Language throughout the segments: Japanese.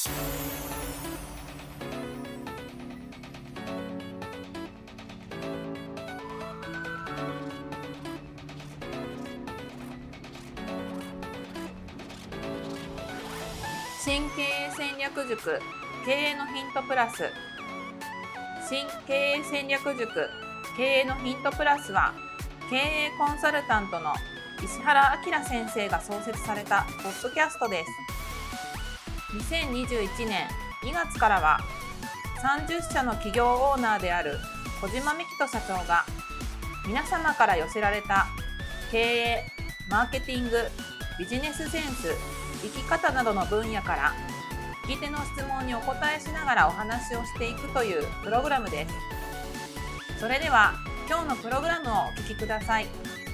新経営戦略塾経営のヒントプラス。新経営戦略塾経営のヒントプラスは、経営コンサルタントの石原明先生が創設されたポッドキャストです。2021年2月からは30社の企業オーナーである小島幹人社長が、皆様から寄せられた経営、マーケティング、ビジネスセンス、生き方などの分野から聞き手の質問にお答えしながらお話をしていくというプログラムです。それでは今日のプログラムをお聞きください。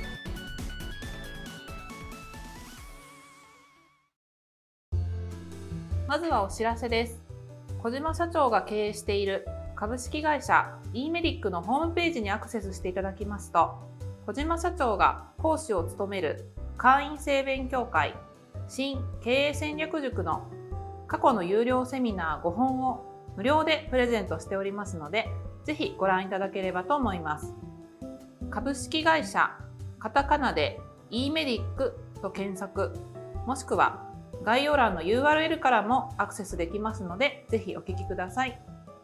まずはお知らせです。小島社長が経営している株式会社 e メディックのホームページにアクセスしていただきますと、小島社長が講師を務める会員制勉強会新経営戦略塾の過去の有料セミナー5本を無料でプレゼントしておりますので、ぜひご覧いただければと思います。株式会社カタカナで e メディックと検索、もしくは概要欄の URL からもアクセスできますので、ぜひお聞きください。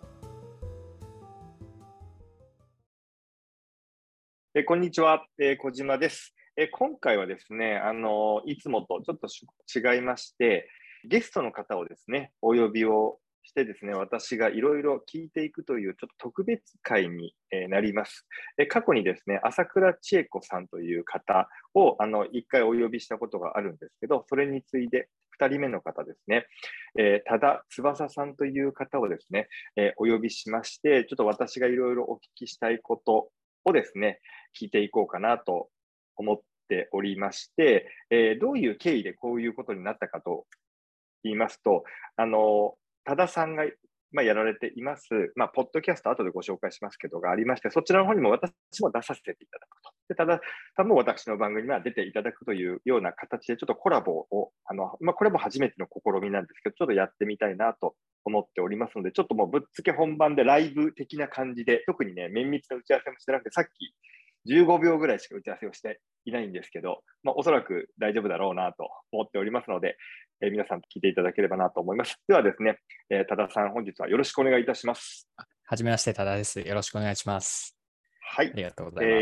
こんにちは、小島です。今回はですね、いつもとちょっと違いまして、ゲストの方をですね、お呼びをしてですね、私がいろいろ聞いていくというちょっと特別会になります。過去にですね、朝倉千恵子さんという方を一回お呼びしたことがあるんですけど、それに次いで2人目の方ですね、多田翼さんという方をですね、お呼びしまして、ちょっと私がいろいろお聞きしたいことをですね、聞いていこうかなと思っておりまして、どういう経緯でこういうことになったかと言いますと、多田さんが、やられています、ポッドキャスト後でご紹介しますけどがありまして、そちらの方にも私も出させていただくと。で、多田さんも私の番組に出ていただくというような形で、ちょっとコラボを、これも初めての試みなんですけど、ちょっとやってみたいなと思っておりますので、ちょっともうぶっつけ本番でライブ的な感じで、特にね、綿密な打ち合わせもしてなくて、さっき15秒ぐらいしか打ち合わせをしていないんですけど、おそらく大丈夫だろうなと思っておりますので、皆さん聞いていただければなと思います。ではですね、多田さん、本日はよろしくお願いいたします。 はじめまして、多田です。よろしくお願いします。 はい。 ありがとうございます。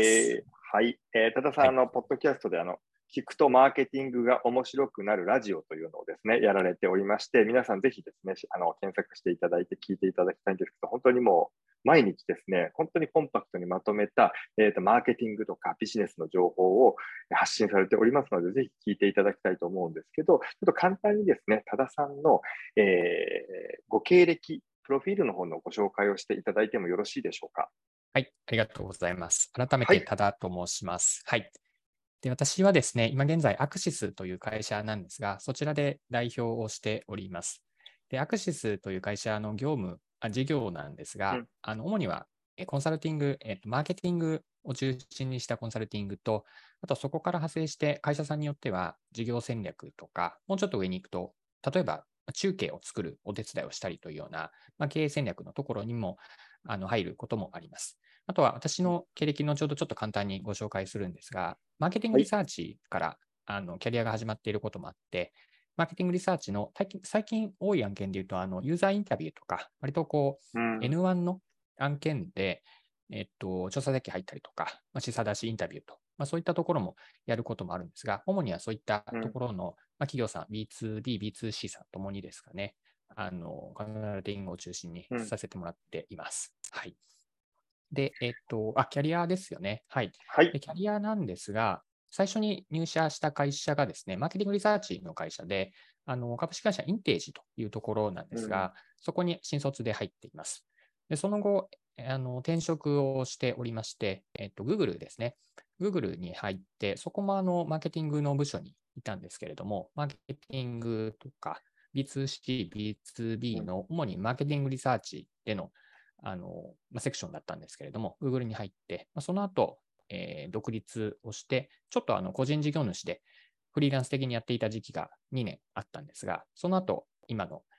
はい。多田さん、ポッドキャストで聞くとマーケティングが面白くなるラジオというのをですね、やられておりまして、皆さんぜひですね、検索していただいて聞いていただきたいんですけど、本当にもう毎日ですね、本当にコンパクトにまとめた、マーケティングとかビジネスの情報を発信されておりますので、ぜひ聞いていただきたいと思うんですけど、ちょっと簡単にですね、多田さんの、ご経歴、プロフィールの方のご紹介をしていただいてもよろしいでしょうか。 はい、ありがとうございます。改めて多田と申します。はい。で、私はですね、今現在アクシスという会社なんですが、そちらで代表をしております。で、アクシスという会社の事業なんですが、主にはコンサルティング、マーケティングを中心にしたコンサルティングと、あとそこから派生して会社さんによっては事業戦略とか、もうちょっと上に行くと、例えば中継を作るお手伝いをしたりというような、経営戦略のところにも入ることもあります。あとは私の経歴のちょっと簡単にご紹介するんですが、マーケティングリサーチからキャリアが始まっていることもあって、マーケティングリサーチの最近多い案件でいうと、ユーザーインタビューとか、割とN1 の案件で、調査設計入ったりとか、示唆出しインタビューと、そういったところもやることもあるんですが、主にはそういったところの、企業さん、B2B、B2C さんともにですかね、コンサルティングを中心にさせてもらっています。はい。で、キャリアですよね。はい。でキャリアなんですが、最初に入社した会社がですね、マーケティングリサーチの会社で、株式会社インテージというところなんですが、そこに新卒で入っています。で、その後、転職をしておりまして、Google ですね。Google に入って、そこもマーケティングの部署にいたんですけれども、マーケティングとか B2C、B2B の主にマーケティングリサーチでのセクションだったんですけれども、Google に入って、その後、独立をして、ちょっと個人事業主でフリーランス的にやっていた時期が2年あったんですが、その後、今の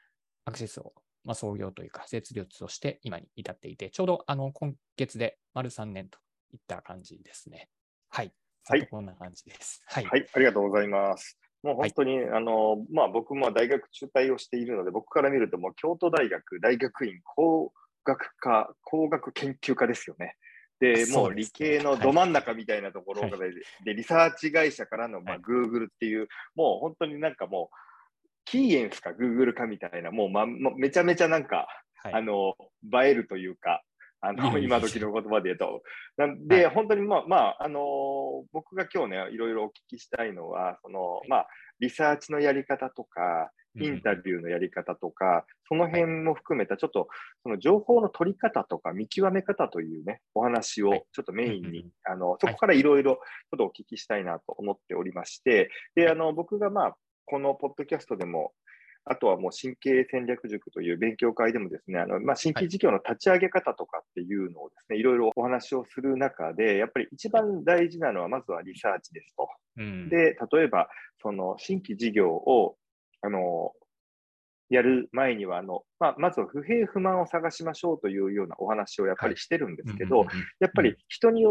アクシスを、創業というか設立として今に至っていて、ちょうど今月で丸3年といった感じですね。はい。 はい。 こんな感じです。はい。 はい、ありがとうございます。もうはい。 本当に、僕も大学中退をしているので、僕から見ると、もう京都大学大学院工学科、工学研究科ですよね。で、もう理そうですね。 系のど真ん中みたいなところはい。 で、リサーチ会社からの、 はい。 Google っていう、もう本当になんかもう、キーエンスか Google かみたいな、もう、めちゃめちゃなんか、 はい。 映えるというか、 いえいえい今時の言葉で言うと。なんえ。はで、 い。 本当に僕が今日ね、いろいろお聞きしたいのは、 はい。 リサーチのやり方とか、インタうんうんうん。 ビューのやり方とか、そのはい。 辺も含めた、ちょっと、その情報の取り方とか、見極め方というね、お話はい。 をちょっとメインに、 うんうんうん。 そはい。 こからいろいろちょっとお聞きしたいなと思っておりまして、で、 はい。 僕がこのポッドキャストでも、あとはもう神経戦略塾という勉強会でもですね、新はい。 規事業の立ち上げ方とかっていうのをですね、いろいろお話をする中で、やっぱり一はい。 番大事なのは、まずはリサーチですと。 うん。 で、例えば、その新規事業を、あの、やる前には、まずは不平不満を探しましょうというようなお話をやっぱりはい。 してるんでうんうんすけど、やっぱりうんうん。 人によって、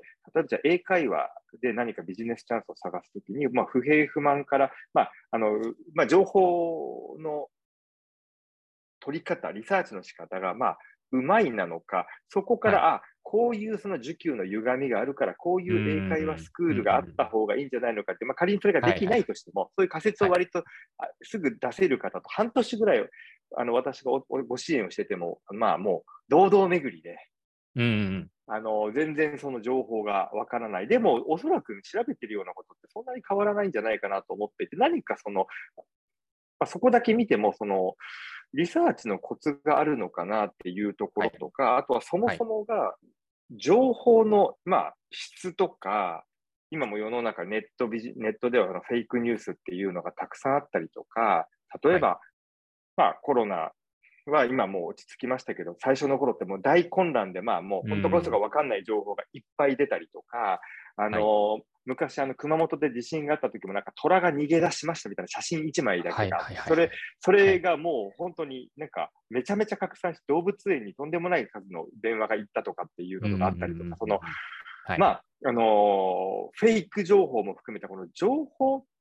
例えばじゃあ英会話で何かビジネスチャンスを探すときに、不平不満から、情報の取り方、リサーチの仕方が、うまいなのか、そこかはい。 ら、こういうその需給の歪みがあるから、こううんいう英会話スうんうん。うんうんクールがあっうん。 た方がいいんじゃないのかって、仮にそれができなはいはい。 いとしても、そういう仮説はい。 を割とすぐ出せる方と、半年ぐらい、私がご支援をしてても、もう、堂々巡りで、 うんうんうん。 全然その情報がわからない。でも、おそらく調べてるようなことってそんなに変わらないんじゃないかなと思っていて、何かそこだけ見ても、リサーチのコツがあるのかなっていうとこはい。 ろとか、あとはそもはい。 そもが、情報の、質とか、今も世の中ネットではフェイクニュースっていうのがたくさんあったりとか、例えはい。 ば、コロナは今もう落ち着きましたけど、最初の頃ってもう大混乱で、もうう本当か嘘かん。 分かんない情報がいっぱい出たりとか、 はい。 昔熊本で地震があった時もなんか虎が逃げ出しましたみたいな写真1枚だはいけがあって、 はいはいはい。 そはい。 れがもう本当になんかめちゃめちゃ拡散して動物園にとんでもない数の電話が行ったとかっていううんうんうんうのがあったりとか、 んうんうん。はい。 フェイク情報も含めたこの情報って、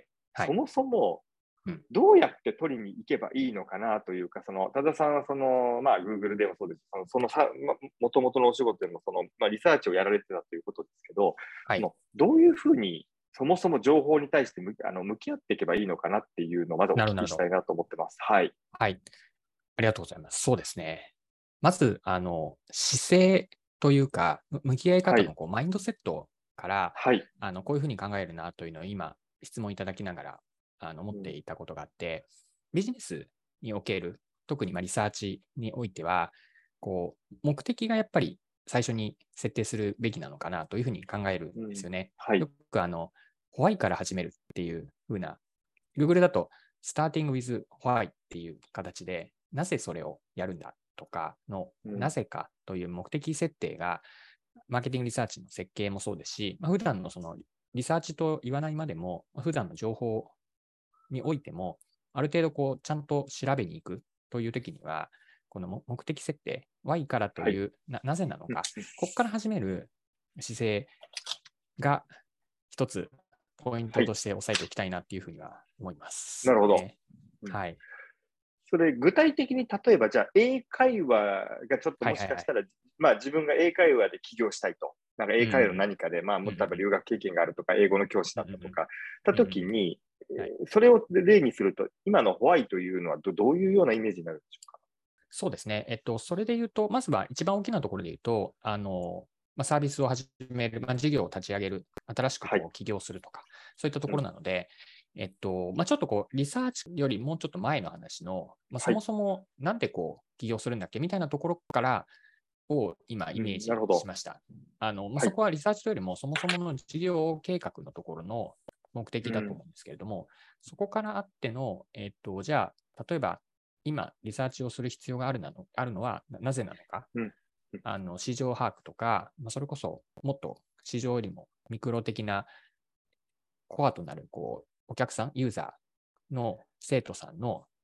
はい。 そもそもうん。 どうやって取りに行けばいいのかなというか、多田さんはGoogle でもそうです。もともとのお仕事でも、リサーチをやられてたということですけど、 はい。 どういうふうに、そもそも情報に対して向き合っていけばいいのかなっていうのをまずお聞なるほどなるほど。 きしたいなと思ってます。はい。 はい。ありがとうございます。そうですね。まず、姿勢というか、向き合いはい。 方のマインドセットから、 はい。 こういうふうに考えるなというのを今、質問いただきながら、思ってうん。 いたことがあって、ビジネスにおける、特にリサーチにおいては、目的がやっぱり最初に設定するべきなのかなというふうに考えるんうん。 ですよね。 はい。 よくホワイから始めるっていうふうな、Google だと、starting with why っていう形で、なぜそれをやるんだとかの、 うん。 なぜかという目的設定が、マーケティングリサーチの設計もそうですし、普段のそのリサーチと言わないまでも、普段の情報においても、ある程度ちゃんと調べに行くという時には、この目的設定、why からとはい。 いうなぜなのうん。 か、ここから始める姿勢が一つポインはい。 トとして押さえておきたいなっていうふうには思いまなるほど。 すね。 うん。 はい。 それ、具体的に例えば、じゃあ、英会話がちょっとはいはいはい。 もしかしたら、自分が英会話で起業したいと。なんか英会話のうん。 何かで、もうん。 例えば留学経験があるとか、英語の教師うん。うん。 だったとか、たうん。うん。 ときに、 はい。 それを例にすると、今のホワイというのはどういうようなイメージになるんでしょうか。 そうですね。それで言うと、まずは一番大きなところで言うと、サービスを始める、事業を立ち上げる、新しくはい。 起業するとか、そういったとうん。 ころなので、ちょっとリサーチよりもうちょっと前の話の、そはい。 もそもなんで起業するんだっけみたいなところからを今イうん。なメージるほど。 しました。 はい。 そこはリサーチというよりも、そもそもの事業計画のところの目的だとうん。 思うんですけれども、そこからあっての、じゃあ、例えば今、リサーチをする必要があるのはなぜなのか、 うん。うん。 市場把握とか、それこそもっと市場よりもミクロ的なコアとなるお客さん、ユーザーの生徒さんの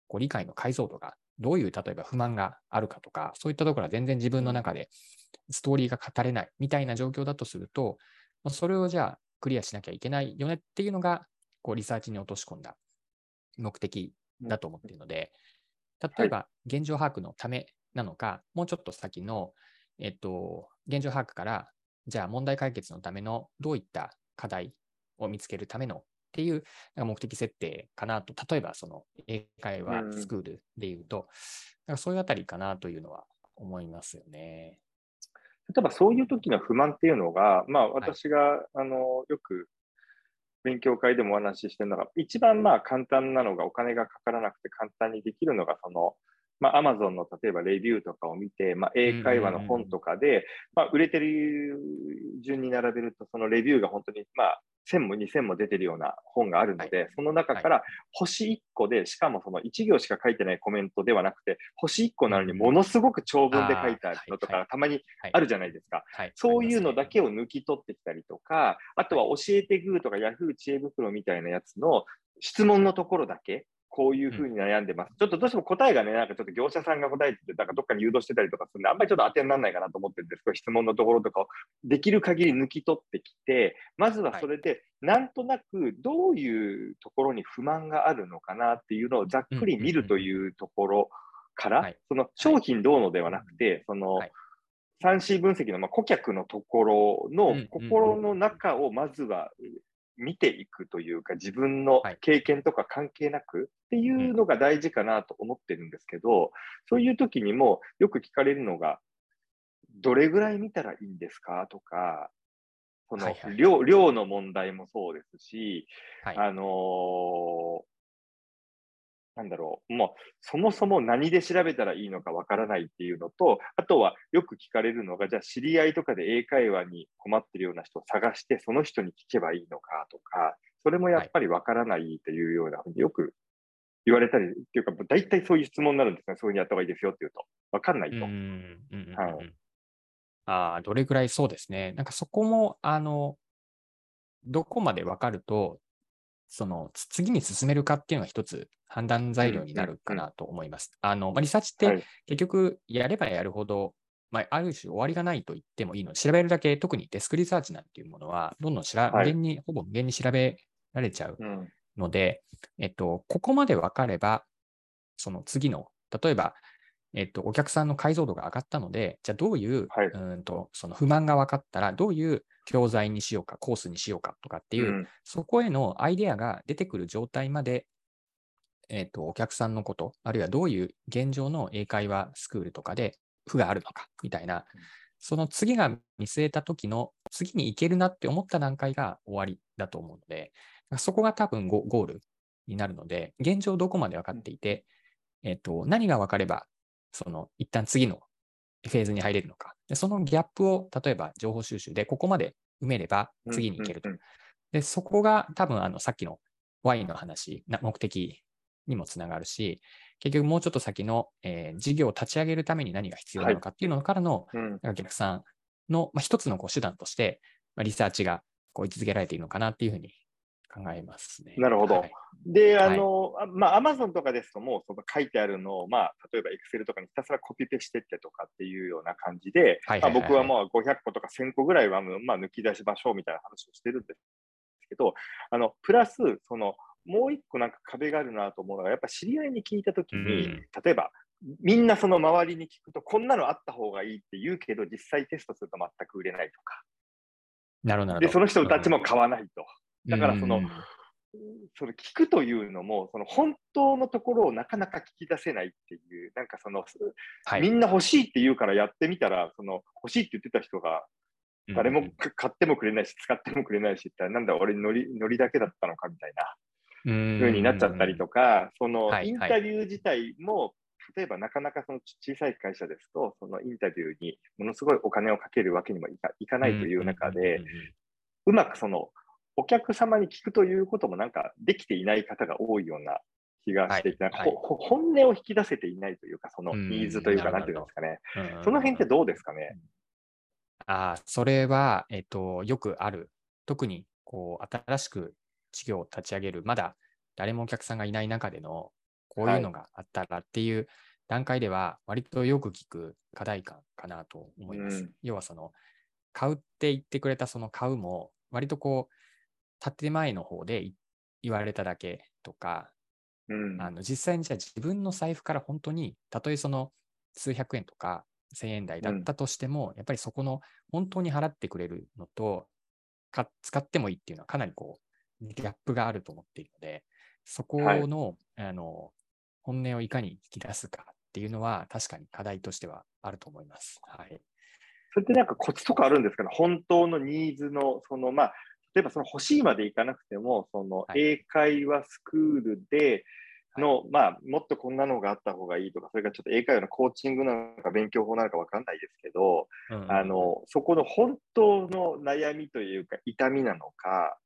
こう理解の解像度が、どういう例えば不満があるかとか、そういったところは全然自分の中でストーリーが語れないみたいな状況だとすると、それをじゃあクリアしなきゃいけないよねっていうのが、こうリサーチに落とし込んだ目的だと思っているので、例えば現状把握のためなのか、もうちょっと先の、現状把握から、じゃあ問題解決のためのどういった課題を見つけるためのっていう目的設定かなと、例えばその英会話スクールでいうと、そういうあたりかなというのは思いますよね。 例えばそういう時の不満っていうのが、まあはい。 私が、よく勉強会でもお話ししてるのが、一番まあ簡単なのがお金がかからなくて簡単にできるのが、まあ、Amazon の例えばレビューとかを見て、まあ、英会話の本とかで、まあ、売れてる順に並べると、そのレビューが本当に、まあ、1000も2000も出てるような本があるはい。 ので、その中はい。 から星1個で、しかもその1行しか書いてないコメントではなくて、星1個なのにものすごく長文で書いてあるはい。はい。 のとか、たまにはい。 あるじゃないですか。 はい。あそういうのりますね。 だけを抜き取ってきたりとか、あとはい。 は教えてグーとか Yahoo 知恵袋みたいなやつの質問のところだけ、こういうふうに悩んでます。ちょっとどうしても答えがね、なんかちょっと業者さんが答えてて、なんかどっかに誘導してたりとかするんで、あんまりちょっと当てにならないかなと思ってるんですけど、質問のところとかをできる限り抜き取ってきて、まずははい。 それで、なんとなくどういうところに不満があるのかなっていうのをざっくり見るというところから、 はい。 そのはい。 商品どうのではなくて、 はい。 3C 分析の顧客のところの心の中をまずは見ていくというか、自分のはい。 経験とか関係なくっていうん。 うのが大事かなと思ってるんですけど、そういう時にもよく聞かれるのが、どれぐらい見たらいいんですかとか、そはい。 のはい。はい。 量の問題もそうですし、 はい。 あのーなんだろう、もうそもそも何で調べたらいいのかわからないっていうのと、あとはよく聞かれるのが、じゃあ知り合いとかで英会話に困ってるような人を探して、その人に聞けばいいのかとか、それもやはい。 っぱりわからないというようなふうによく言われたり、っていうか、大体そういう質問になるんですね。そういうふうにやった方がいいですよって言うと。わかんないうん。 と。 うん。うん。 はい。 うん。どれぐらいそうですね。なんかそこも、どこまで分かると、次に進めるかっていうのが一つ判断材料うん、うん、 になるうん。 かなと思います。リサーチってはい。 結局やればやるほど、ある種終わりがないと言ってもいいので、調べるだけ、特にデスクリサーチなんていうものは、どんどん無はい。 限に、ほぼ無限に調べられちゃううん。 ので、ここまで分かれば、その次の、例えば、お客さんの解像度が上がったので、じゃあどういう、 はい。 その不満が分かったら、どういう教材にしようか、コースにしようかとかっていう、 うん。 そこへのアイデアが出てくる状態まで、お客さんのこと、あるいはどういう現状の英会話スクールとかで負があるのか、みたいな、その次が見据えた時の、次に行けるなって思った段階が終わりだと思うので、そこが多分ゴールになるので、現状どこまで分かっていて、何が分かれば、一旦次のフェーズに入れるのか。でそのギャップを、例えば情報収集でここまで埋めればうん。うん。 次に行けると。 うん。 で、そこが多分、さっきの Y の話、目的にもつながるし、結局もうちょっと先の、事業を立ち上げるために何が必要はい。 なのかっていうのからのうん。 お客さんの、一つの手段として、リサーチが位置づけられているのかなっていうふうに考えますね。 なるほど。 はい。 で、 はい。 まあ、Amazon とかですともうその書いてあるのを、まあ、例えば Excel とかにひたすらコピペしてってとかっていうような感じで、 はいまあ、 はいはいはい。 僕はもう500個とか1000個ぐらいは、まあ、抜き出しましょうみたいな話をしてるんですけど、プラス、もう一個なんか壁があるなと思うのが、やっぱ知り合いに聞いたとうきに、 ん。 例えば、みんなその周りに聞くと、こんなのあった方がいいって言うけど、実際テストすると全く売れないとか。 なるほど、なるで、 ほど。 その人たちもうん。 買わないと。 うん。 だからうん。 聞くというのも、その本当のところをなかなか聞き出せないっていう、なんかはい。 みんな欲しいって言うからやってみたら、欲しいって言ってた人がうん。 誰もうん。 買ってもくれないし、使ってもくれないし、なんだ俺ノリだけだったのかみたいなうん。 風になっちゃったりうん。 とか、 はい、 インはい。 タビュー自体も、例えばなかなかその小さい会社ですと、そのインタビューにものすごいお金をかけるわけにもいかうん。 ないといううん。 中で、 うん。 うまくお客様に聞くということもなんかできていない方が多いような気がはい、 していて、 はい。 本音を引き出せていないというか、そのうニーズとん。 いうか、 なるほど、 なんてなるほど。 いうんですかね。 うん。うん。 その辺ってうん。 どうですかね。 それは、よくある。特に、新しく事業を立ち上げる、まだ誰もお客さんがいない中での、 こういうのがあったらっていう段階では、割とよく聞く課題感かなと思います。要は買うって言ってくれたその買うも、割と建前の方で言われただけとか、実際にじゃあ自分の財布から本当に、たとえ数百円とか1000円台だったとしても、やっぱりそこの本当に払ってくれるのと、使ってもいいっていうのはかなりギャップがあると思っているので、そこの、本音をいかに引き出すかっていうのは確かに課題としてはあると思います。はい。 それってなんかコツとかあるんですかね？本当のニーズの、例えば欲しいまでいかなくても、英会話スクールでの、もっとこんなのがあった方がいいとか、それからちょっと英会話のコーチングなのか勉強法なのかわかんないですけど、そこの本当の悩みというか、痛みなのか、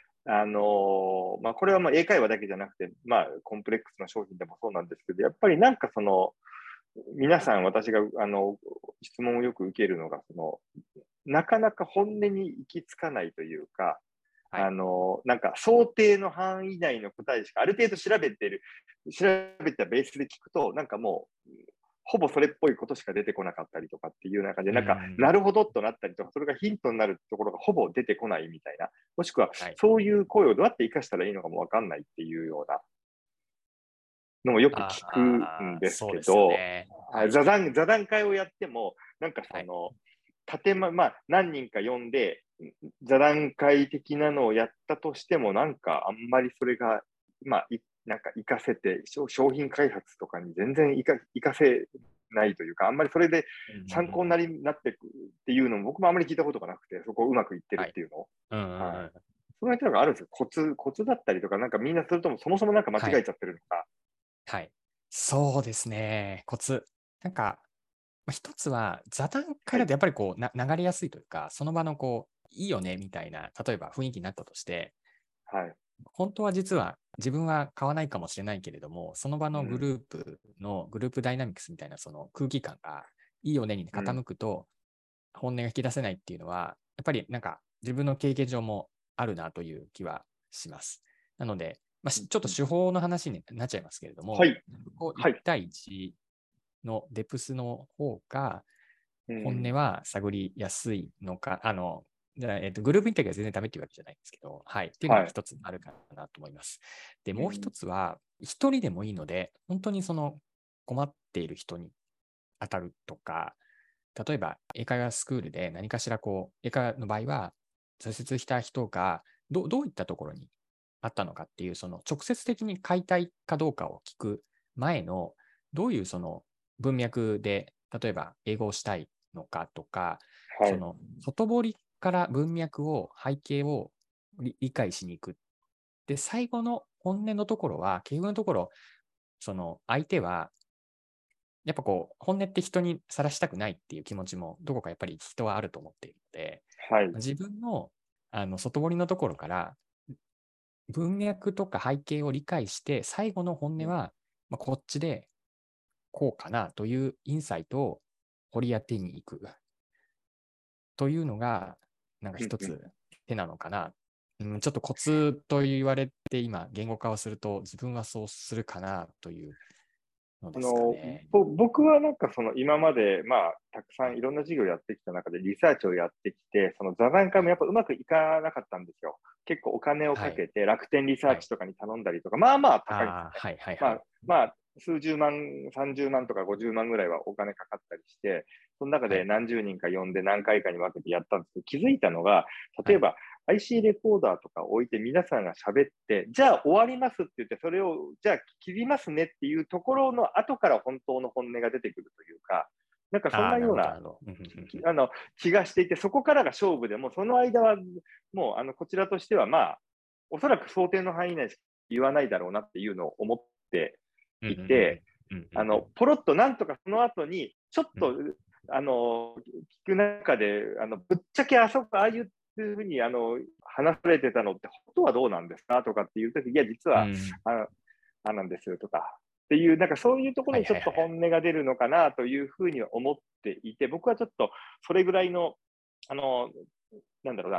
これは英会話だけじゃなくて、コンプレックスな商品でもそうなんですけど、やっぱりなんか皆さん私が質問をよく受けるのが、なかなか本音に行き着かないというか、なんか想定の範囲内の答えしかある程度調べたベースで聞くと、なんかもう、ほぼそれっぽいことしか出てこなかったりとかっていう中で、なんか、なるほどとなったりとか、それがヒントになるところがほぼ出てこないみたいな、もしくは、そういう声をどうやって活かしたらいいのかもわかんないっていうようなのもよく聞くんですけど、座談会をやっても、なんか何人か呼んで、座談会的なのをやったとしても、なんかあんまりそれが、なんか活かせて、商品開発とかに全然活かせないというか、あんまりそれで参考になっていくっていうのも、僕もあんまり聞いたことがなくて、そこをうまくいってるっていうのを。そういうのがあるんですよ。コツだったりとか、なんかみんなそれともそもそもなんか間違えちゃってるのか。 はい。そうですね。コツ。なんか、一つは座談会だとやっぱり流れやすいというか、その場のいいよねみたいな、例えば雰囲気になったとして、本当は実は自分は買わないかもしれないけれども、その場のグループダイナミクスみたいなその空気感がいいよねに傾くと、本音が引き出せないっていうのは、やっぱりなんか自分の経験上もあるなという気はします。なので、ちょっと手法の話になっちゃいますけれども、1対1のデプスの方が、本音は探りやすいのか、グループインタビューは全然ダメっていうわけじゃないんですけど、っていうのが一つあるかなと思います。で、もう一つは、一人でもいいので、本当に困っている人に当たるとか、例えば英会話スクールで何かしら英会話の場合は、挫折した人がどういったところにあったのかっていう、直接的に買いたいかどうかを聞く前の、どういう文脈で、例えば英語をしたいのかとか、外堀から文脈を、背景を理解しに行く。で、最後の本音のところは、結局のところ、相手は、やっぱ本音って人にさらしたくないっていう気持ちも、どこかやっぱり人はあると思っているので、自分の外堀のところから、文脈とか背景を理解して、最後の本音は、こっちでこうかなというインサイトを掘り当てに行くというのが、なんか一つ手なのかな。ちょっとコツと言われて今言語化をすると自分はそうするかなというのですかね。 僕はなんか今までたくさんいろんな事業をやってきた中でリサーチをやってきて、座談会もやっぱうまくいかなかったんですよ。結構お金をかけて楽天リサーチとかに頼んだりとか、高いですね。数十万、30万とか50万ぐらいはお金かかったりして、その中で何十人か呼んで何回かに分けてやったんですけど、気づいたのが、例えば IC レコーダーとか置いて皆さんが喋って、じゃあ終わりますって言って、それをじゃあ切りますねっていうところの後から本当の本音が出てくるというか、なんかそんなような気がしていて、そこからが勝負でも、その間はもうこちらとしてはおそらく想定の範囲内しか言わないだろうなっていうのを思っていて、ポロッとなんとかその後に、ちょっと、聞く中で、ぶっちゃけああいうふうに話されてたのって、本当はどうなんですかとかっていうとき、いや、実は、なんですとか、っていう、なんかそういうところにちょっと本音が出るのかなというふうには思っていて、僕はちょっとそれぐらいの、なんだろうな、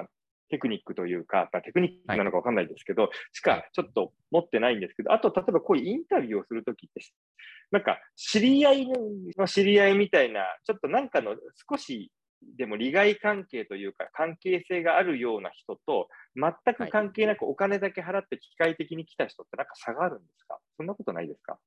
テクニックというか、テクニックはい。 なのかわかんないですけど、しはい。 かちょっと持ってないんですけど、あと、例えばこういうインタビューをするときって、なんか、知り合いの知り合いみたいな、ちょっとなんかの少しでも利害関係というか、関係性があるような人と、全くはい。 関係なくお金だけ払って機械的に来た人ってなんか差があるんですか？そんなことないですか？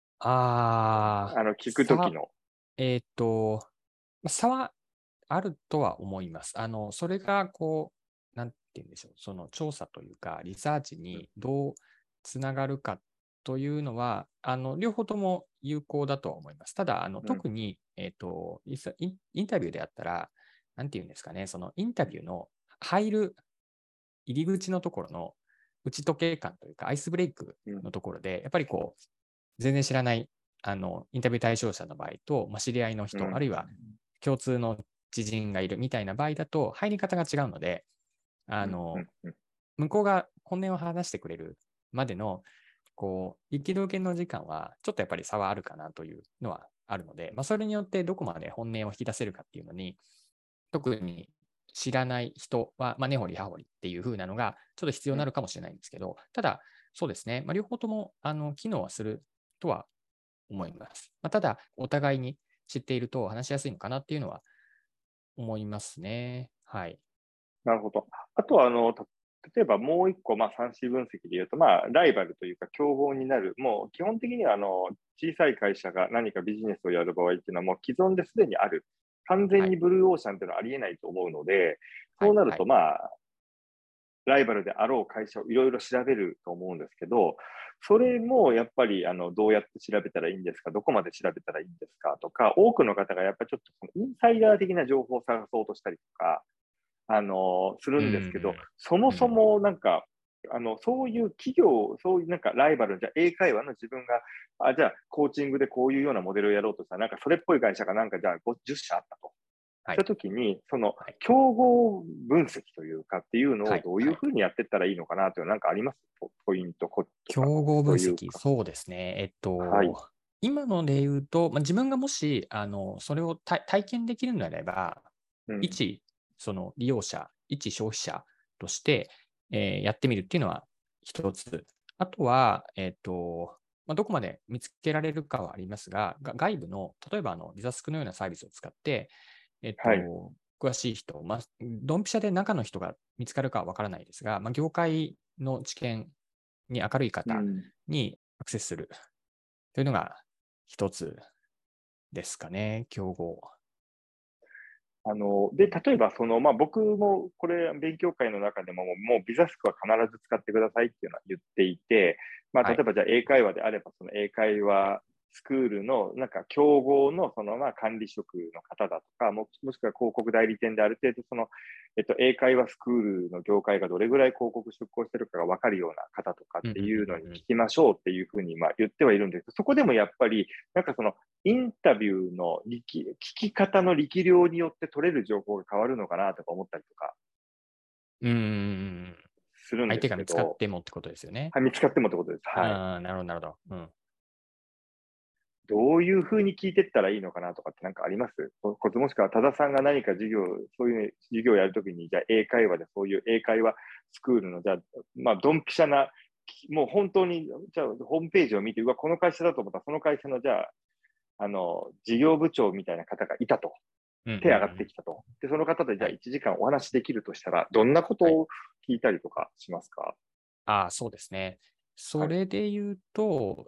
聞くときの。 えっと、差はあるとは思います。それが、なんて言うんでしょう、その調査というか、リサーチうん、 にどうつながるかというのは、両方とも有効だとは思います。ただ、 うん、 特に、インタビューであったら、なんて言うんですかね、そのインタビューの入り口のところの打ち解け感というか、アイスブレイクうん、 のところで、やっぱり全然知らない、インタビュー対象者の場合と、知り合いの人、あうん、 るいは共通の知人がいるみたいな場合だと、入り方が違うので、 うん、うん、うん。 向こうが本音を話してくれるまでの、雪解けの時間は、ちょっとやっぱり差はあるかなというのはあるので、それによってどこまで本音を引き出せるかっていうのに、特に知らない人は、根掘り葉掘りっていう風なのが、ちょっと必要になるかもしれないんですけど、ただ、そうですね、両方とも機能はするとは思います。ただ、お互いに知っていると話しやすいのかなっていうのは思いますね。はい。 なるほど。あとは、例えばもう一個、産子分析で言うと、ライバルというか競合になる、もう基本的には、小さい会社が何かビジネスをやる場合っていうのは、もう既存ですでにある。完全はい。 にブルーオーシャンっていうのはありえないと思うので、 はい。 そうなると、 はい。 ライバルであろう会社をいろいろ調べると思うんですけど、それもやっぱりどうやって調べたらいいんですか、どこまで調べたらいいんですかとか、多くの方がやっぱりちょっとそのインサイダー的な情報を探そうとしたりとか、するうんですけど、 ん。 そもそうん。 もなんか、そういう企業、そういうなんかライバル、じゃあ英会話の自分が、じゃあコーチングでこういうようなモデルをやろうとしたら、なんかそれっぽい会社がなんかじゃあ10社あったと。したはい。 ときに、そのはい。 競合分析というかっていうのはい。 をどういはい。 うふうにやっていったらいいのかなというのはなんかありますポイント、コツとか、 競合分析、 というか。 そうですね。 はい。 今ので言うと、自分がもし、それを体験できるのであれば、 うん。 一、その利用者、一消費者として、やってみるっていうのは一つ。あとは、どこまで見つけられるかはありますが、外部の、例えばリザスクのようなサービスを使って、 はい。 詳しい人、ドンピシャで中の人が見つかるかはわからないですが、業界の知見に明るい方うん。 にアクセスするというのが一つですかね、競合。 で、例えば僕もこれ勉強会の中でももうビザスクは必ず使ってくださいっていうのは言っていて、例はい。 えばじゃあ英会話であれば、その英会話スクールのなんか競合の管理職の方だとか、もしくは広告代理店である程度英会話スクールの業界がどれぐらい広告出稿してるかが分かるような方とかっうんうんていうのにうんうん。 聞きましょうっていうふうに言ってはいるんですけど、そこでもやっぱりなんかインタビューの聞き方の力量によって取れる情報が変わるのかなとか思ったりとかうんうんうんうん。 するんで相手が見つかっすけど、 てもってことですよね。 はい、見つかってもってことです。はい。 ああ、なるほど、なるほど。うん。 どういうふうに聞いていったらいいのかなとかってなんかありますもしくは多田さんが何かそういう授業をやるときに、じゃあ英会話でそういう英会話スクールの、じゃあ、ドンピシャな、もう本当に、じゃあ、ホームページを見て、この会社だと思ったら、その会社の、じゃあ、事業部長みたいな方がいたと。 うんうんう手上がってん。 きたと。で、その方でじゃあはい。 1時間お話できるとしたら、どんなことはい。 を聞いたりとかしますか？ ああ、そうですね。そはい。 れで言うと、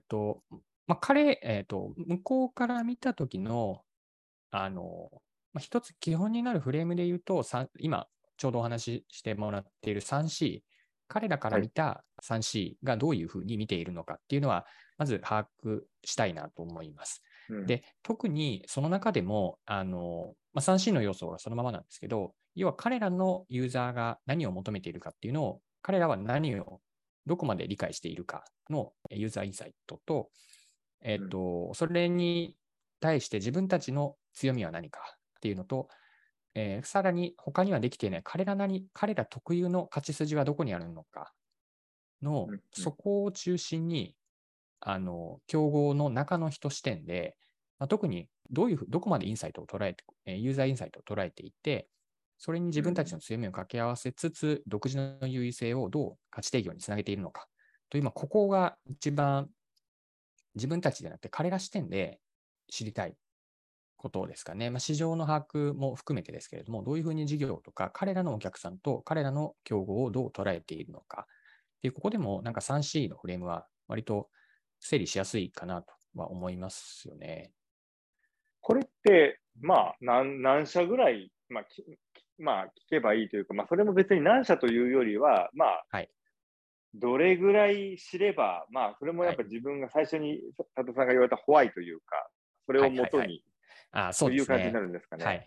向こうから見たときの、一つ基本になるフレームで言うと、今、ちょうどお話ししてもらっている 3C、彼らからはい。 見た 3C がどういうふうに見ているのかっていうのは、まず把握したいなと思います。 うん。 で、特にその中でも、3C の要素はそのままなんですけど、要は彼らのユーザーが何を求めているかっていうのを、彼らは何をどこまで理解しているかのユーザーインサイトと、 うん。 それに対して自分たちの強みは何かっていうのと、さらに他にはできていない彼ら特有の勝ち筋はどこにあるのかの、 うん。うん。 そこを中心に、競合の中の人視点で、特にどこまでインサイトを捉えて、ユーザーインサイトを捉えていて、 それに自分たちの強みを掛け合わせつつ、独自の優位性をどう価値提供につなげているのかという、ここが一番自分たちでなくて彼ら視点で知りたいことですかね。市場の把握も含めてですけれども、どういうふうに事業とか、彼らのお客さんと彼らの競合をどう捉えているのか。で、ここでもなんか 3C のフレームは割と整理しやすいかなとは思いますよね。 これって、何社ぐらい、聞けばいいというか、それも別に何社というよりは、 はい。 どれぐらい知れば、それもやっぱ自分が最初に佐藤さんが言われたホワイというか、それをもとに、 そうですね。 という感じになるんですかね。 はい。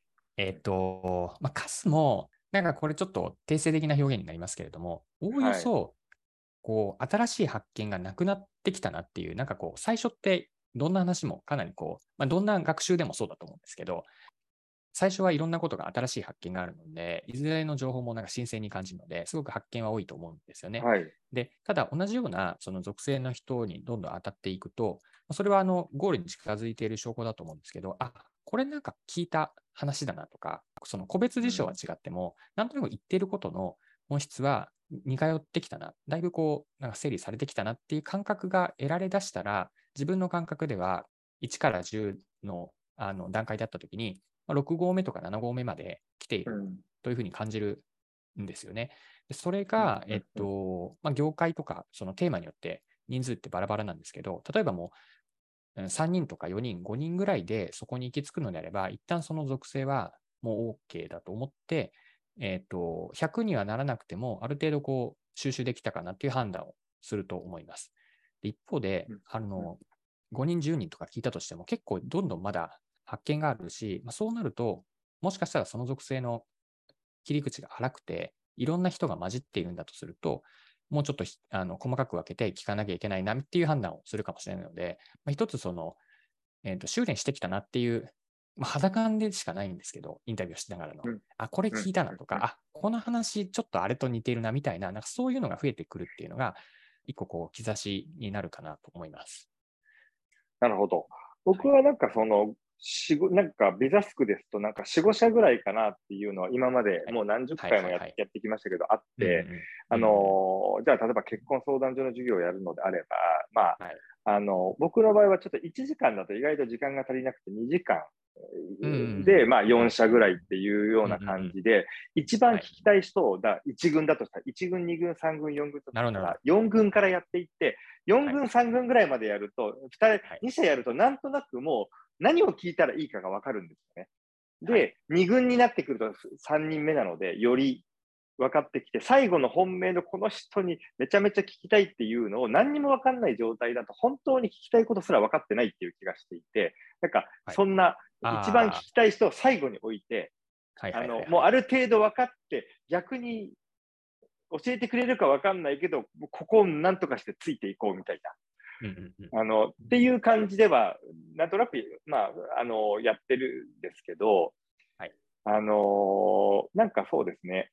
数も、なんかこれちょっと定性的な表現になりますけれども、おおよそ、新しい発見がなくなってきたなっていう、最初ってどんな話もかなりどんな学習でもそうだと思うんですけど、最初はいろんなことが新しい発見があるので、いずれの情報もなんか新鮮に感じるので、すごく発見は多いと思うんですよね。 はい。 で、ただ同じようなその属性の人にどんどん当たっていくと、それはゴールに近づいている証拠だと思うんですけど、これなんか聞いた話だなとか、その個別事象は違っても、なんとなく言っていることの本質は似通ってきたな、だいぶなんか整理されてきたなっていう感覚が得られだしたら、自分の感覚では1から10の段階であったときに、6合目とか7合目まで来ているというふうに感じるんですよね。でそれが、業界とかそのテーマによって人数ってバラバラなんですけど、例えばもう3人とか4人、5人ぐらいでそこに行き着くのであれば、一旦その属性はもう OK だと思って、100にはならなくても、ある程度収集できたかなっていう判断をすると思います。で一方で、5人、10人とか聞いたとしても、結構どんどんまだ発見があるし、そうなると、もしかしたらその属性の切り口が荒くて、いろんな人が混じっているんだとすると、もうちょっと細かく分けて聞かなきゃいけないなっていう判断をするかもしれないので、一つ修練してきたなっていう、肌感でしかないんですけど、インタビューしながらの、これ聞いたなとか、この話ちょっとあれと似ているなみたいな、なんかそういうのが増えてくるっていうのが、一個兆しになるかなと思います。 なるほど。僕はなんかなんかビザスクですと、なんか4、5社ぐらいかなっていうのは今までもう何十回もやってきましたけど、あって、じゃあ例えば結婚相談所の授業をやるのであれば、僕の場合はちょっと1時間だと意外と時間が足りなくて2時間で、4社ぐらいっていうような感じで、一番聞きたい人を1軍だとしたら、1軍、2軍、3軍、4軍としたら、4軍からやっていって、4軍、3軍ぐらいまでやると、2社やると、なんとなくもう何を聞いたらいいかがわかるんですよね。で、2軍になってくると3人目なので、より分かってきて、最後の本命のこの人にめちゃめちゃ聞きたいっていうのを何にも分かんない状態だと、本当に聞きたいことすら分かってないっていう気がしていて、なんか、そんな、一番聞きたい人を最後に置いて、もうある程度分かって、逆に教えてくれるか分かんないけど、ここをなんとかしてついていこうみたいな。っていう感じでは、なんとなく、やってるんですけど、なんかそうですね、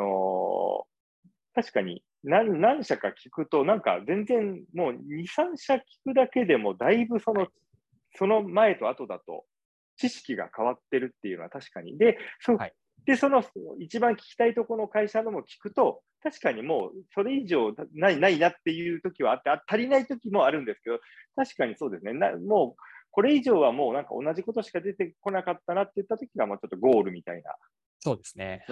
確かに何社か聞くと、なんか全然もう2、3社聞くだけでも、だいぶその前と後だと知識が変わってるっていうのは確かに。で、その一番聞きたいところの会社のも聞くと、確かにもうそれ以上ないなっていう時はあって、足りない時もあるんですけど、確かにそうですね。もうこれ以上はもうなんか同じことしか出てこなかったなって言った時が、もうちょっとゴールみたいな。 そうですね。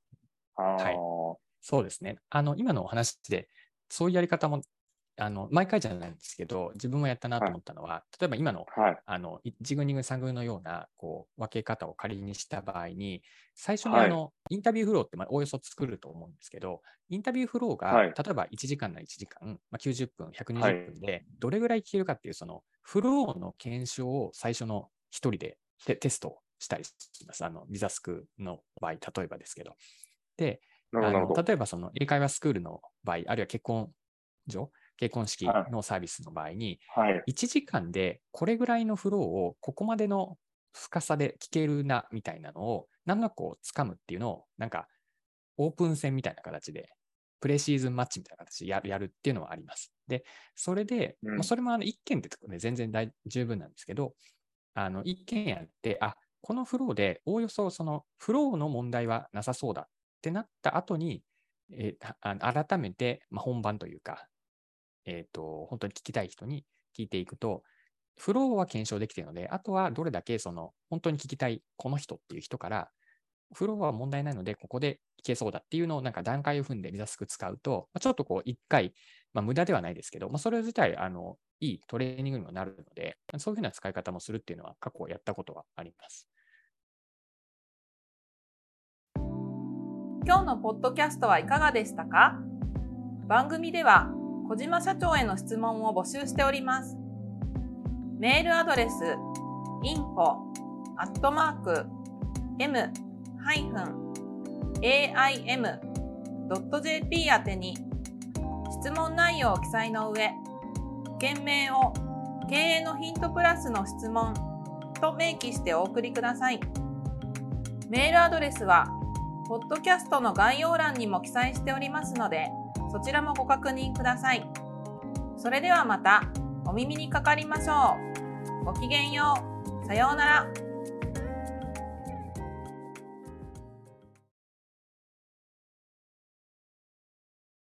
そうですね。今のお話で、そういうやり方も、毎回じゃないんですけど、自分もやったなと思ったのは、例えば今の、1軍、2軍、3軍のような、分け方を仮にした場合に、最初にインタビューフローっておおよそ作ると思うんですけど、インタビューフローが、例えば1時間な1時間、90分、120分で、どれぐらい聞けるかっていう、そのフローの検証を最初の一人でテストしたりします。ビザスクの場合、例えばですけど。で、例えばその英会話スクールの場合、あるいは結婚式のサービスの場合に、1時間でこれぐらいのフローをここまでの深さで聞けるなみたいなのを何となく掴むっていうのを、なんかオープン戦みたいな形で、プレシーズンマッチみたいな形でやるっていうのはあります。で、それで、それも1件ってところで全然十分なんですけど、1件やって、 このフローでおおよそそのフローの問題はなさそうだってなった後に、改めて本番というか、本当に聞きたい人に聞いていくと、フローは検証できているので、あとはどれだけその本当に聞きたいこの人っていう人から、フローは問題ないので、ここでいけそうだっていうのをなんか段階を踏んで目指すく使うと、ちょっとこう1回、無駄ではないですけど、それ自体いいトレーニングにもなるので、そういうふうな使い方もするっていうのは過去やったことはあります。 今日のポッドキャストはいかがでしたか？番組では小島社長への質問を募集しております。メールアドレス info@aim.jp 宛てに質問内容を記載の上、件名を経営のヒントプラスの質問と明記してお送りください。メールアドレスはポッドキャストの概要欄にも記載しておりますので、そちらもご確認ください。それではまたお耳にかかりましょう。ごきげんよう。さようなら。